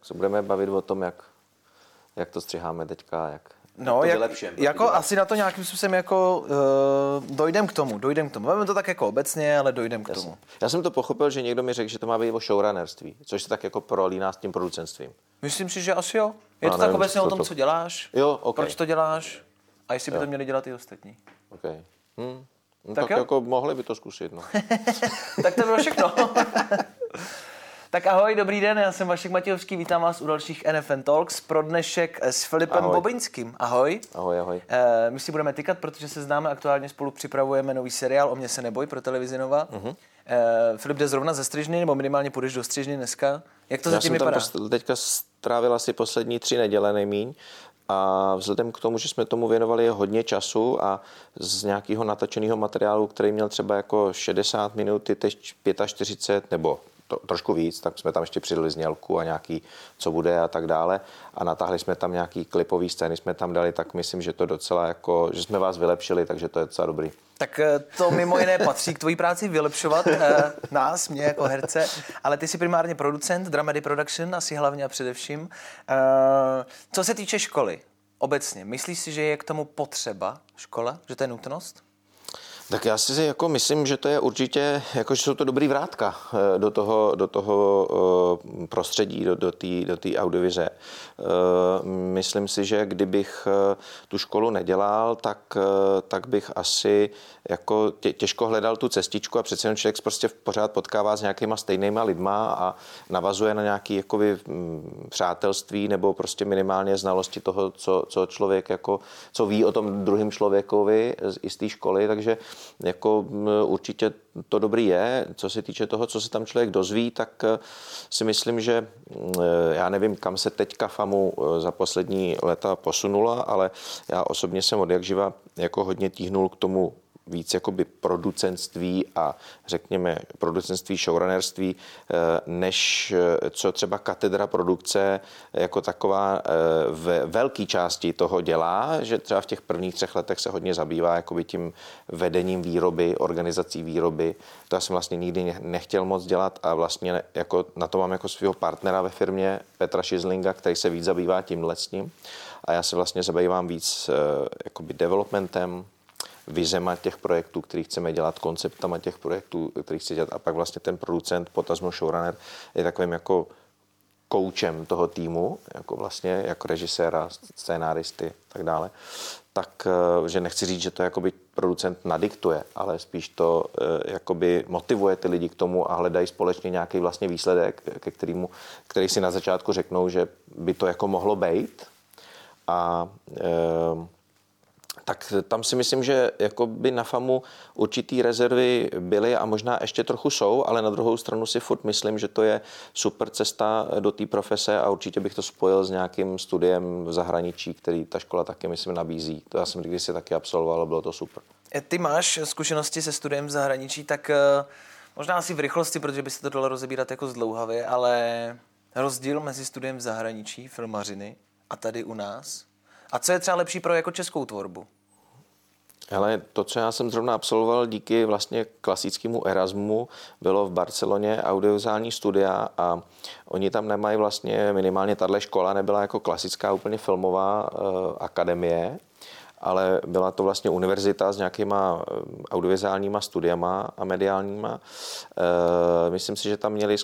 se budeme bavit o tom, jak to střiháme teďka, jak No, jako asi na to nějakým způsobem jako dojdem k tomu. Máme to tak jako obecně, ale dojdem k tomu. Já jsem to pochopil, že někdo mi řekl, že to má být o showrunnerství, což se tak jako prolíná s tím producentstvím. Myslím si, že asi jo. Je to tak obecně o tom, co děláš, jo, okay. Proč to děláš a jestli by to měli dělat i ostatní. Okay. No, tak jako mohli by to zkusit, no. Tak to bylo všechno. Tak ahoj, dobrý den, já jsem Vašek Matějovský, vítám vás u dalších NFN Talks pro dnešek s Filipem Bobiňským. Ahoj. Ahoj. My si budeme tykat, protože se známe, aktuálně spolu připravujeme nový seriál O mě se neboj pro televizi Nova. Filip jde zrovna ze Střižny, nebo minimálně půjdeš do Střižny dneska. Jak to zatím vypadá? Já jsem tam teďka strávil asi poslední 3 neděle nejmíň. A vzhledem k tomu, že jsme tomu věnovali hodně času a z nějakého natočeného materiálu, který měl třeba jako 60 minut, teď 45 nebo trošku víc, tak jsme tam ještě přidali znělku a nějaký, co bude a tak dále. A natáhli jsme tam nějaký klipový scény, jsme tam dali, tak myslím, že to docela jako, že jsme vás vylepšili, takže to je docela dobrý. Tak to mimo jiné patří k tvojí práci vylepšovat nás, mě jako herce, ale ty jsi primárně producent, Dramedy Production, asi hlavně a především. Co se týče školy, obecně, myslíš si, že je k tomu potřeba škola, že to je nutnost? Tak já si jako myslím, že to je určitě, jako, že jsou to dobrý vrátka do toho prostředí, do té audiovize. Myslím si, že kdybych tu školu nedělal, tak bych asi jako těžko hledal tu cestičku a přece jen člověk prostě pořád potkává s nějakýma stejnýma lidma a navazuje na nějaké jakoby přátelství nebo prostě minimálně znalosti toho, co člověk jako, co ví o tom druhém člověkovi z té školy, takže jako určitě to dobrý je. Co se týče toho, co se tam člověk dozví, tak si myslím, že já nevím, kam se teďka FAMU za poslední léta posunula, ale já osobně jsem od jak živa jako hodně tíhnul k tomu víc jakoby producentství a řekněme producentství, showrunnerství, než co třeba katedra produkce jako taková v velké části toho dělá, že třeba v těch prvních 3 letech se hodně zabývá jakoby tím vedením výroby, organizací výroby. To já jsem vlastně nikdy nechtěl moc dělat a vlastně jako na to mám jako svého partnera ve firmě Petra Šizlinga, který se víc zabývá tímhle s ním a já se vlastně zabývám víc jakoby developmentem, vizema těch projektů, který chceme dělat, konceptama těch projektů, který chci dělat a pak vlastně ten producent, potažmo showrunner je takovým jako koučem toho týmu, jako vlastně jako režiséra, scénáristy a tak dále. Tak, že nechci říct, že to jakoby producent nadiktuje, ale spíš to jakoby motivuje ty lidi k tomu a hledají společně nějaký vlastně výsledek, který si na začátku řeknou, že by to jako mohlo být a tak tam si myslím, že jakoby na FAMu určitý rezervy byly a možná ještě trochu jsou, ale na druhou stranu si furt myslím, že to je super cesta do té profese a určitě bych to spojil s nějakým studiem v zahraničí, který ta škola taky myslím nabízí. To já jsem kdysi taky absolvoval a bylo to super. Ty máš zkušenosti se studiem v zahraničí, tak možná asi v rychlosti, protože by se to dalo rozebírat jako zdlouhavě, ale rozdíl mezi studiem v zahraničí, filmařiny a tady u nás. A co je třeba lepší pro jako českou tvorbu? Hele, to, co já jsem zrovna absolvoval díky vlastně klasickému Erasmu, bylo v Barceloně audiovizuální studia a oni tam nemají vlastně, minimálně tahle škola nebyla jako klasická úplně filmová akademie, ale byla to vlastně univerzita s nějakýma audiovizuálníma studiama a mediálníma. Myslím si, že tam měli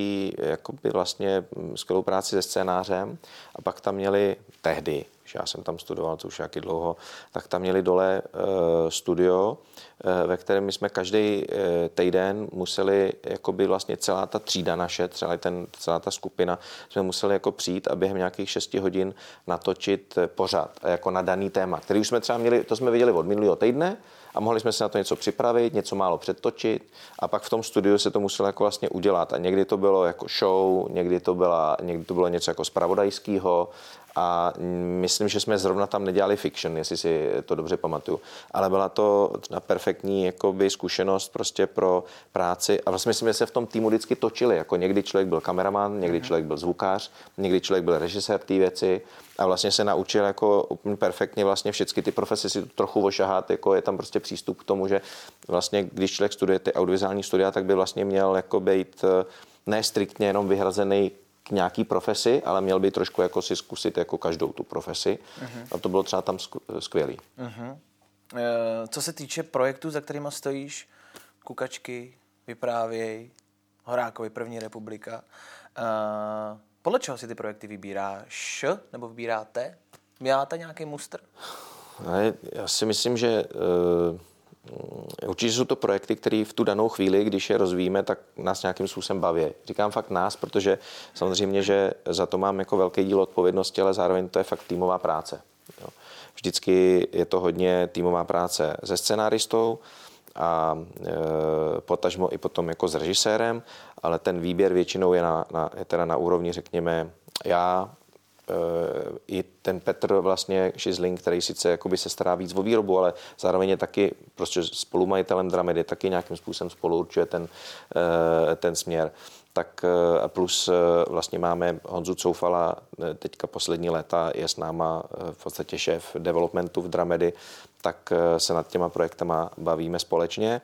skvělou práci se scénářem a pak tam měli tehdy, že já jsem tam studoval, co už jaký dlouho, tak tam měli dole studio, ve kterém my jsme každý týden museli, jakoby vlastně celá ta třída naše, celá ta skupina, jsme museli jako přijít a během nějakých 6 hodin natočit pořad jako na daný téma, který už jsme třeba měli, to jsme viděli od minulého týdne a mohli jsme se na to něco připravit, něco málo předtočit a pak v tom studiu se to muselo jako vlastně udělat a někdy to bylo jako show, někdy to bylo něco jako zpravodajského a myslím, že jsme zrovna tam nedělali fiction, jestli si to dobře pamatuju. Ale byla to perfektní jakoby, zkušenost prostě pro práci a vlastně jsme se v tom týmu vždycky točili. Jako někdy člověk byl kameraman, někdy člověk byl zvukář, někdy člověk byl režisér té věci a vlastně se naučil jako úplně perfektně vlastně všechny ty profese si trochu ošahat, jako je tam prostě přístup k tomu, že vlastně když člověk studuje ty audiovizuální studia, tak by vlastně měl jako být ne striktně jenom vyhrazený k nějaký profesi, ale měl by trošku jako si zkusit jako každou tu profesi. A to bylo třeba tam skvělý. Co se týče projektů, za kterýma stojíš, Kukačky, Vyprávěj, Horákovi První republika, podle čeho si ty projekty vybíráš nebo vybíráte? Máte nějaký mustr? Já si myslím, že určitě jsou to projekty, které v tu danou chvíli, když je rozvíjíme, tak nás nějakým způsobem baví. Říkám fakt nás, protože samozřejmě, že za to mám jako velký díl odpovědnosti, ale zároveň to je fakt týmová práce. Jo. Vždycky je to hodně týmová práce se scenáristou a potažmo i potom jako s režisérem, ale ten výběr většinou je teda na úrovni, řekněme, já, i ten Petr vlastně Šizling, který sice jakoby se stará víc o výrobu, ale zároveň je taky prostě spolumajitelem Dramedy, taky nějakým způsobem spolu určuje ten směr. Tak plus vlastně máme Honzu Coufala, teďka poslední léta je s náma v podstatě šéf developmentu v Dramedy, tak se nad těma projektama bavíme společně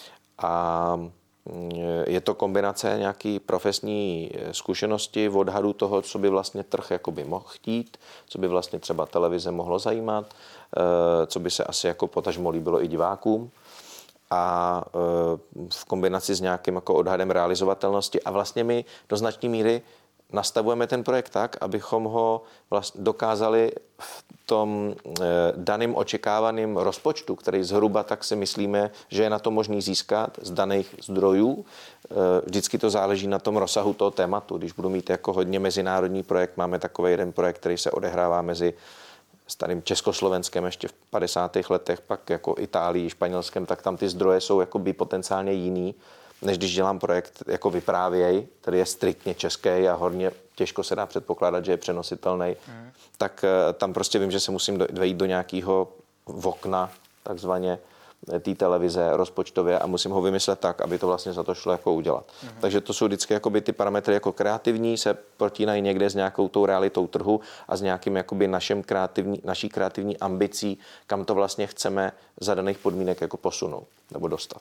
a je to kombinace nějaký profesní zkušenosti, odhadu toho, co by vlastně trh jakoby mohl chtít, co by vlastně třeba televize mohlo zajímat, co by se asi jako potažmo líbilo i divákům a v kombinaci s nějakým jako odhadem realizovatelnosti a vlastně my do značné míry nastavujeme ten projekt tak, abychom ho vlastně dokázali v tom daným očekávaným rozpočtu, který zhruba tak si myslíme, že je na to možný získat z daných zdrojů. Vždycky to záleží na tom rozsahu toho tématu. Když budu mít jako hodně mezinárodní projekt, máme takový jeden projekt, který se odehrává mezi starým Československem ještě v 50. letech, pak jako Itálií, Španělskem, tak tam ty zdroje jsou jakoby potenciálně jiný, než když dělám projekt jako Vyprávěj, který je striktně český a hodně těžko se dá předpokládat, že je přenositelný, tak tam prostě vím, že se musím vejít do nějakého okna, takzvaně té televize rozpočtově a musím ho vymyslet tak, aby to vlastně za to šlo jako udělat. Takže to jsou vždycky jakoby ty parametry jako kreativní, se protínají někde s nějakou tou realitou trhu a s nějakým jakoby naší kreativní ambicí, kam to vlastně chceme za daných podmínek jako posunout nebo dostat.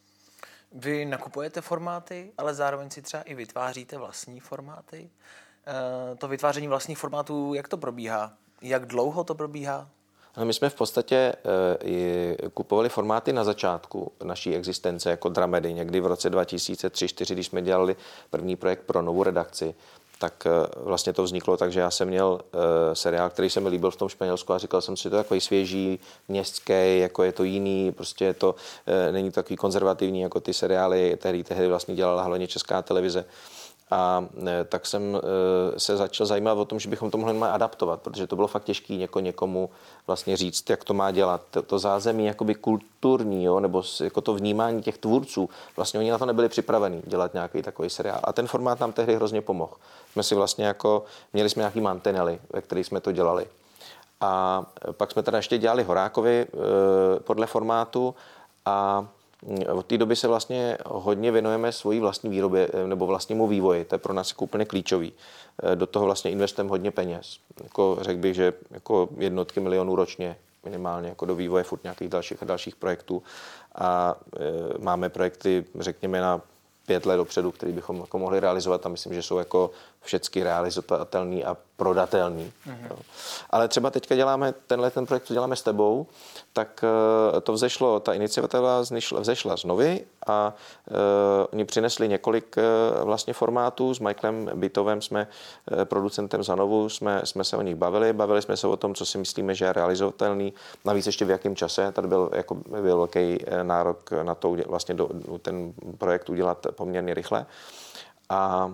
Vy nakupujete formáty, ale zároveň si třeba i vytváříte vlastní formáty. To vytváření vlastních formátů, jak to probíhá? Jak dlouho to probíhá? My jsme v podstatě kupovali formáty na začátku naší existence jako Dramedy. Někdy v roce 2003-2004, když jsme dělali první projekt pro novou redakci, tak vlastně to vzniklo tak, že já jsem měl seriál, který se mi líbil v tom Španělsku a říkal jsem si, že to je takový svěží, městský, jako je to jiný, prostě je to, není to takový konzervativní jako ty seriály, tehdy vlastně dělala hlavně Česká televize. A tak jsem se začal zajímat o tom, že bychom to mohli adaptovat, protože to bylo fakt těžké někomu vlastně říct, jak to má dělat. To zázemí jakoby kulturní, jo, nebo jako to vnímání těch tvůrců, vlastně oni na to nebyli připraveni dělat nějaký takový seriál. A ten formát nám tehdy hrozně pomohl. Jsme si vlastně jako, měli jsme nějaký mantinely, ve kterých jsme to dělali. A pak jsme teda ještě dělali Horákovi podle formátu a od té doby se vlastně hodně věnujeme svojí vlastní výrobě nebo vlastnímu vývoji. To je pro nás jako úplně klíčový. Do toho vlastně investujeme hodně peněz. Jako řekl bych, že jako jednotky milionů ročně minimálně jako do vývoje furt nějakých dalších projektů. A máme projekty, řekněme, na 5 let dopředu, který bychom jako mohli realizovat a myslím, že jsou jako všechny realizovatelný a prodatelný. Ale třeba teďka děláme ten projekt, co děláme s tebou, tak to vzešlo, ta iniciativa vzešla z Novy a oni přinesli několik vlastně formátů. S Michaelem Bytovem jsme producentem za Novu, jsme se o nich bavili jsme se o tom, co si myslíme, že je realizovatelný, navíc ještě v jakém čase. Tady byl velký nárok na to vlastně ten projekt udělat poměrně rychle. A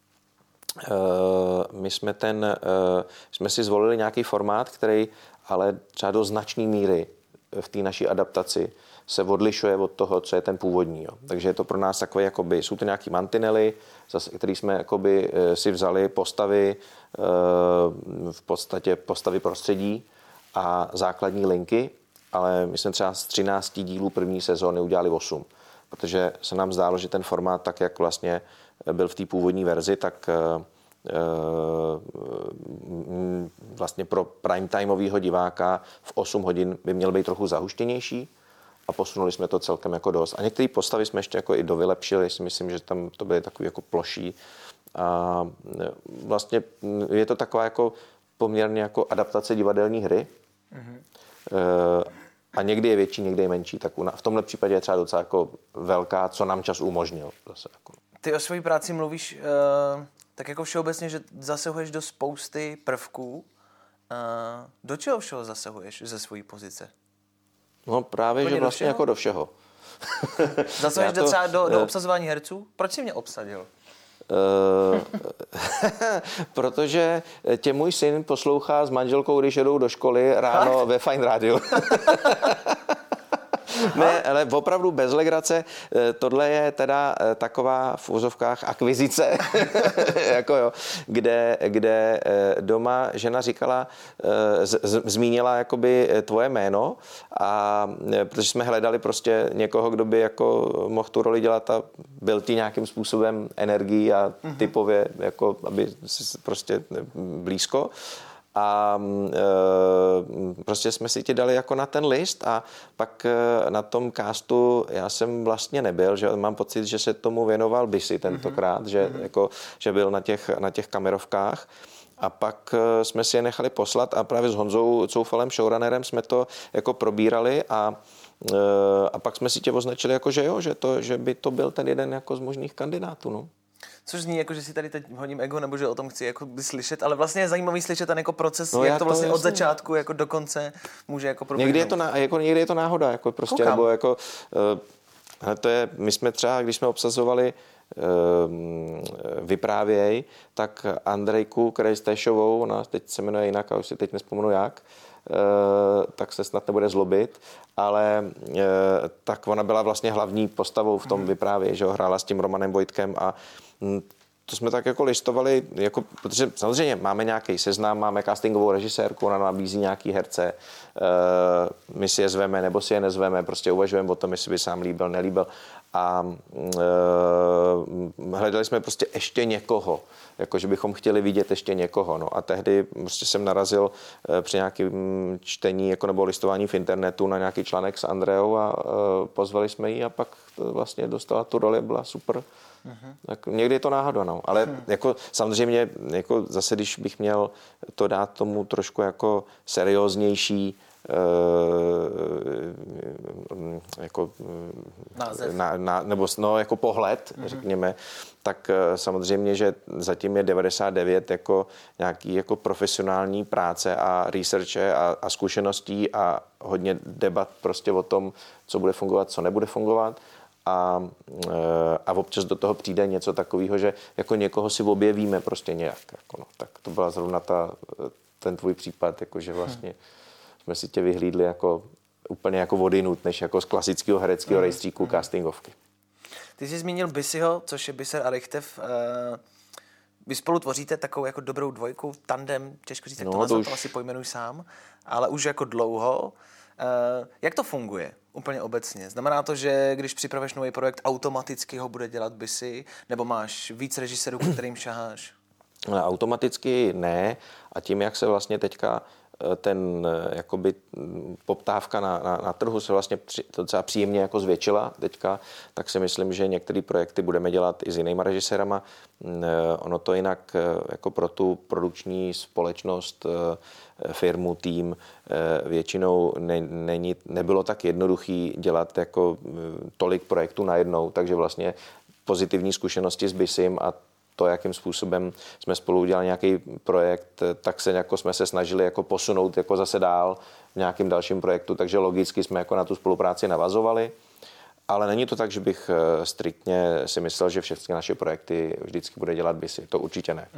my jsme si zvolili nějaký formát, který ale třeba do značné míry v té naší adaptaci se odlišuje od toho, co je ten původní. Jo. Takže je to pro nás takové, jakoby, jsou to nějaký mantinely, které jsme jakoby si vzali postavy, v podstatě postavy prostředí a základní linky, ale my jsme třeba z 13 dílů první sezóny udělali 8, protože se nám zdálo, že ten formát, tak jak vlastně byl v té původní verzi, tak vlastně pro primetimeového diváka v 8 hodin by měl být trochu zahuštěnější a posunuli jsme to celkem jako dost. A některé postavy jsme ještě jako i dovylepšili, si myslím, že tam to byly takový jako ploší A vlastně je to taková jako poměrně jako adaptace divadelní hry. A někdy je větší, někdy je menší. Tak v tomhle případě je třeba docela jako velká, co nám čas umožnil. Zase jako. Ty o své práci mluvíš tak jako všeobecně, že zasahuješ do spousty prvků. Do čeho všeho zasahuješ ze své pozice? No právě, že vlastně jako do všeho. Zasahuješ třeba do obsazování herců? Proč jsi mě obsadil? Protože tě můj syn poslouchá s manželkou, když jedou do školy ráno ve Fine Radio. Ne, ale opravdu bez legrace, tohle je teda taková v úzovkách akvizice, jako jo, kde doma žena říkala, zmínila jakoby tvoje jméno, a protože jsme hledali prostě někoho, kdo by jako mohl tu roli dělat a byl ti nějakým způsobem energií a typově jako, aby si prostě blízko. A prostě jsme si ti dali jako na ten list a pak na tom castu já jsem vlastně nebyl, že mám pocit, že se tomu věnoval Bisi tentokrát, že byl na těch kamerovkách. A pak jsme si je nechali poslat a právě s Honzou Coufalem, showrunnerem, jsme to jako probírali a pak jsme si tě označili jako, že jo, že by to byl ten jeden jako z možných kandidátů, no. Což zní jako, že si tady teď hodím ego, nebo že o tom chci jako slyšet, ale vlastně je zajímavý slyšet ten jako proces, jak to vlastně od začátku jako do konce může jako proběhnout. Někdy je to náhoda, jako prostě, nebo jako to je, my jsme třeba, když jsme obsazovali Vyprávěj, tak Andrejku Krejstešovou, ona teď se jmenuje jinak a už si teď nespomenu jak, tak se snad nebude zlobit, ale tak ona byla vlastně hlavní postavou v tom Vyprávěj, že ho hrála s tím Romanem Vojtkem a to jsme tak jako listovali, jako, protože samozřejmě máme nějaký seznam, máme castingovou režisérku, ona nabízí nějaký herce, my si je zveme nebo si je nezveme, prostě uvažujeme o tom, jestli by sám líbil, nelíbil a hledali jsme prostě ještě někoho, jako že bychom chtěli vidět ještě někoho, no a tehdy prostě jsem narazil při nějakém čtení jako nebo listování v internetu na nějaký článek s Andreou a pozvali jsme ji a pak vlastně dostala tu roli, byla super. Tak někdy je to náhoda, no. Ale jako samozřejmě jako zase, když bych měl to dát tomu trošku jako serióznější jako název. Nebo jako pohled, řekněme, tak samozřejmě, že zatím je 99 jako nějaký jako profesionální práce a researche a zkušeností a hodně debat prostě o tom, co bude fungovat, co nebude fungovat. A občas do toho přijde něco takového, že jako někoho si objevíme prostě nějak. Jako no. Tak to byla zrovna ten tvůj případ, jako že vlastně jsme si tě vyhlídli jako úplně jako vodinut, než jako z klasického hereckého rejstříku castingovky. Ty jsi zmínil Bisiho, což je Biser a Richtev. Vy spolu tvoříte takovou jako dobrou dvojku, tandem, těžko říct, jak to nazvat, to asi pojmenuj sám, ale už jako dlouho. Jak to funguje úplně obecně? Znamená to, že když připravuješ nový projekt, automaticky ho bude dělat Bisi, nebo máš víc režisérů, kterým šaháš? Automaticky ne. A tím, jak se vlastně teďka ten jakoby poptávka na trhu se vlastně docela příjemně jako zvětšila teďka, tak si myslím, že některé projekty budeme dělat i s jinýma režisérama. Ono to jinak jako pro tu produkční společnost, firmu, tým většinou nebylo tak jednoduchý dělat jako tolik projektů najednou, takže vlastně pozitivní zkušenosti s Bisim a to, jakým způsobem jsme spolu udělali nějaký projekt, tak se jako jsme se snažili jako posunout jako zase dál v nějakým dalším projektu, takže logicky jsme jako na tu spolupráci navazovali, ale není to tak, že bych striktně si myslel, že všechny naše projekty vždycky bude dělat Bisi, to určitě ne.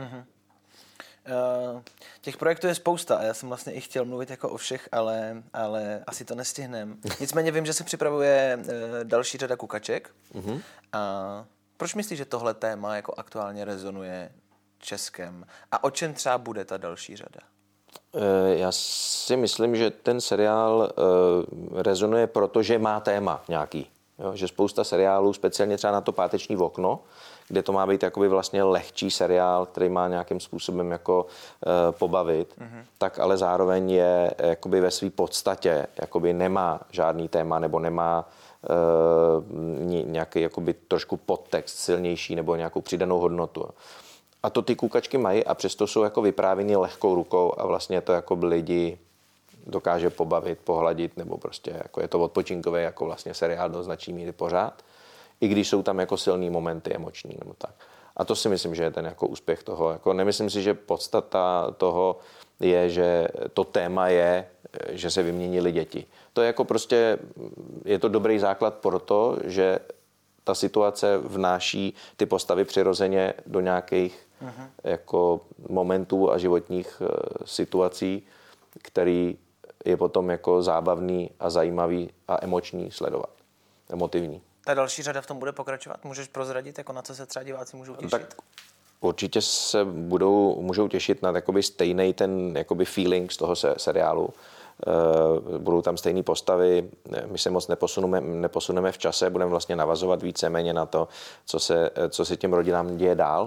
Těch projektů je spousta a já jsem vlastně i chtěl mluvit jako o všech, ale asi to nestihnem. Nicméně vím, že se připravuje další řada kukaček. A proč myslíš, že tohle téma jako aktuálně rezonuje Českem? A o čem třeba bude ta další řada? Já si myslím, že ten seriál rezonuje, protože má téma nějaký. Jo? Že spousta seriálů, speciálně třeba na to Páteční okno, kde to má být jakoby vlastně lehčí seriál, který má nějakým způsobem jako pobavit, tak ale zároveň je jakoby ve své podstatě jakoby nemá žádný téma nebo nemá nějaký jakoby trošku podtext silnější nebo nějakou přidanou hodnotu. A to ty kukačky mají a přesto jsou jako vyprávěny lehkou rukou a vlastně to jako lidi dokáže pobavit, pohladit, nebo prostě jako je to odpočinkový jako vlastně seriál do značné míry pořád, i když jsou tam jako silný momenty emoční nebo tak. A to si myslím, že je ten jako úspěch toho. Jako nemyslím si, že podstata toho je, že to téma je, že se vyměnily děti. To je jako prostě, je to dobrý základ pro to, že ta situace vnáší ty postavy přirozeně do nějakých jako momentů a životních situací, který je potom jako zábavný a zajímavý a emoční sledovat. Emotivní. Ta další řada v tom bude pokračovat? Můžeš prozradit, jako na co se třeba diváci můžou těšit? Tak určitě se můžou těšit na takový stejný ten jakoby feeling z toho seriálu. Budou tam stejné postavy, my se moc neposuneme v čase, budeme vlastně navazovat víceméně na to, co se těm rodinám děje dál.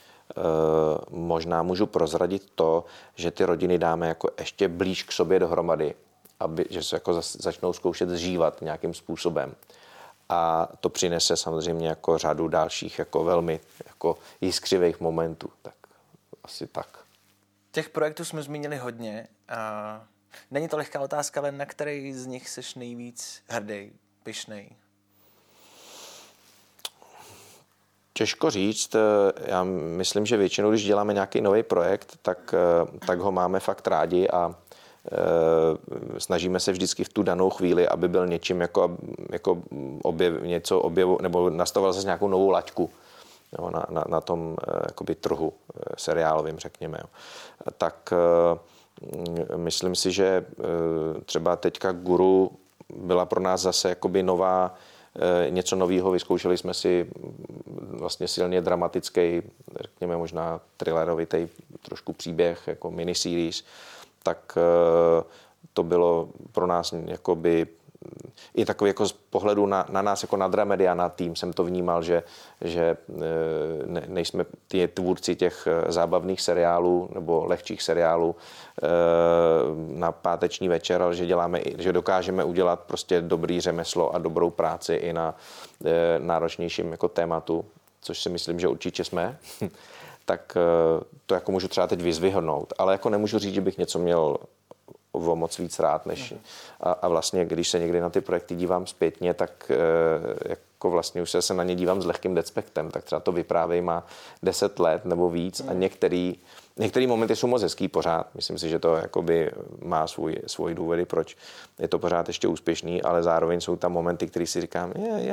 Možná můžu prozradit to, že ty rodiny dáme jako ještě blíž k sobě dohromady, že se jako začnou zkoušet zžívat nějakým způsobem. A to přinese samozřejmě jako řadu dalších jako velmi jako jiskřivých momentů. Tak asi tak. Těch projektů jsme zmínili hodně. Není to lehká otázka, ale na který z nich seš nejvíc hrdý, pyšnej? Těžko říct. Já myslím, že většinou, když děláme nějaký nový projekt, tak ho máme fakt rádi a snažíme se vždycky v tu danou chvíli, aby byl něčím jako nebo nastavil se nějakou novou laťku, jo, na tom jakoby trhu seriálovým, řekněme. Jo. Tak myslím si, že třeba teďka Guru byla pro nás zase jakoby něco nového. Vyzkoušeli jsme si vlastně silně dramatický, řekněme možná thrillerovitý trošku příběh, jako miniseries. Tak to bylo pro nás jakoby i takový jako z pohledu na nás jako na Dramedy a na tým jsem to vnímal, že nejsme ty tvůrci těch zábavných seriálů nebo lehčích seriálů na páteční večer, ale že dokážeme udělat prostě dobrý řemeslo a dobrou práci i na náročnějším jako tématu, což si myslím, že určitě jsme. Tak to jako můžu třeba teď vyzvihodnout, ale jako nemůžu říct, že bych něco měl o moc víc rád, než a vlastně, když se někdy na ty projekty dívám zpětně, tak jako vlastně už se na ně dívám s lehkým despektem, tak třeba to vyprávěj má 10 let nebo víc a některé momenty jsou moc hezký pořád. Myslím si, že to jakoby má svůj důvody, proč je to pořád ještě úspěšný, ale zároveň jsou tam momenty, které si říkám,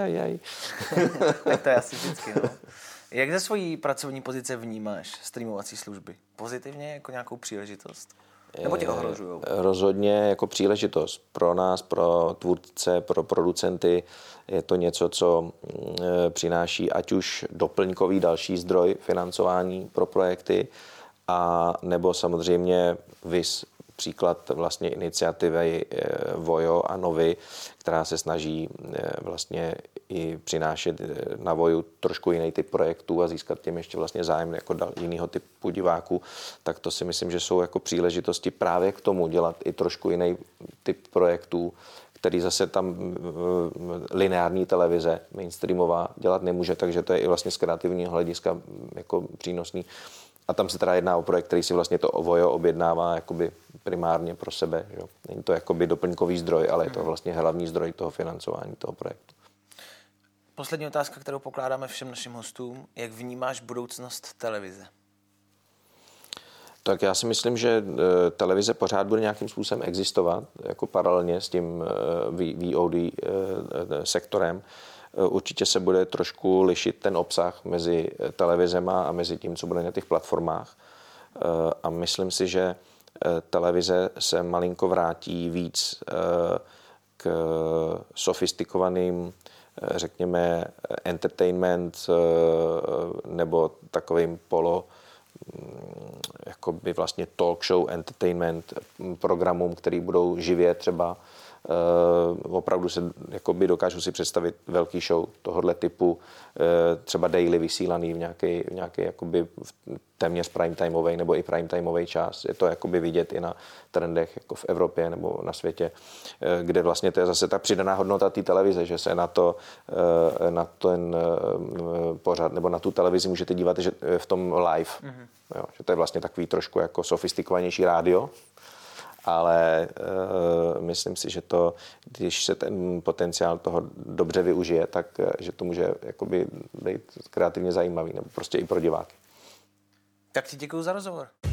Tak to je asi vždycky, no. Jak ze svojí pracovní pozice vnímáš streamovací služby? Pozitivně, jako nějakou příležitost? Nebo tě ohrožujou? Rozhodně jako příležitost. Pro nás, pro tvůrce, pro producenty je to něco, co přináší ať už doplňkový další zdroj financování pro projekty, a nebo samozřejmě příklad vlastně iniciativy Vojo a Novy, která se snaží vlastně i přinášet na Voju trošku jiný typ projektů a získat těm ještě vlastně zájem jako jiného typu diváků, tak to si myslím, že jsou jako příležitosti právě k tomu dělat i trošku jiný typ projektů, který zase tam lineární televize, mainstreamová, dělat nemůže, takže to je i vlastně z kreativního hlediska jako přínosný. A tam se teda jedná o projekt, který si vlastně to Vojo objednává jakoby primárně pro sebe. Jo. Není to jakoby doplňkový zdroj, ale je to vlastně hlavní zdroj toho financování toho projektu. Poslední otázka, kterou pokládáme všem našim hostům. Jak vnímáš budoucnost televize? Tak já si myslím, že televize pořád bude nějakým způsobem existovat, jako paralelně s tím VOD sektorem. Určitě se bude trošku lišit ten obsah mezi televizema a mezi tím, co bude na těch platformách. A myslím si, že televize se malinko vrátí víc k sofistikovaným, řekněme, entertainment nebo takovým jakoby vlastně talk show entertainment programům, který budou živě třeba Opravdu se jakoby dokážu si představit velký show tohohle typu, třeba daily vysílaný v nějaký jakoby téměř prime timeový nebo i prime timeový čas. Je to jakoby vidět i na trendech jako v Evropě nebo na světě, kde vlastně to je zase ta přidaná hodnota té televize, že se na ten pořad nebo na tu televizi můžete dívat, že v tom live. Jo, že to je vlastně takový trošku jako sofistikovanější rádio, ale myslím si, že to, když se ten potenciál toho dobře využije, tak že to může jakoby být kreativně zajímavý, nebo prostě i pro diváky. Tak ti děkuju za rozhovor.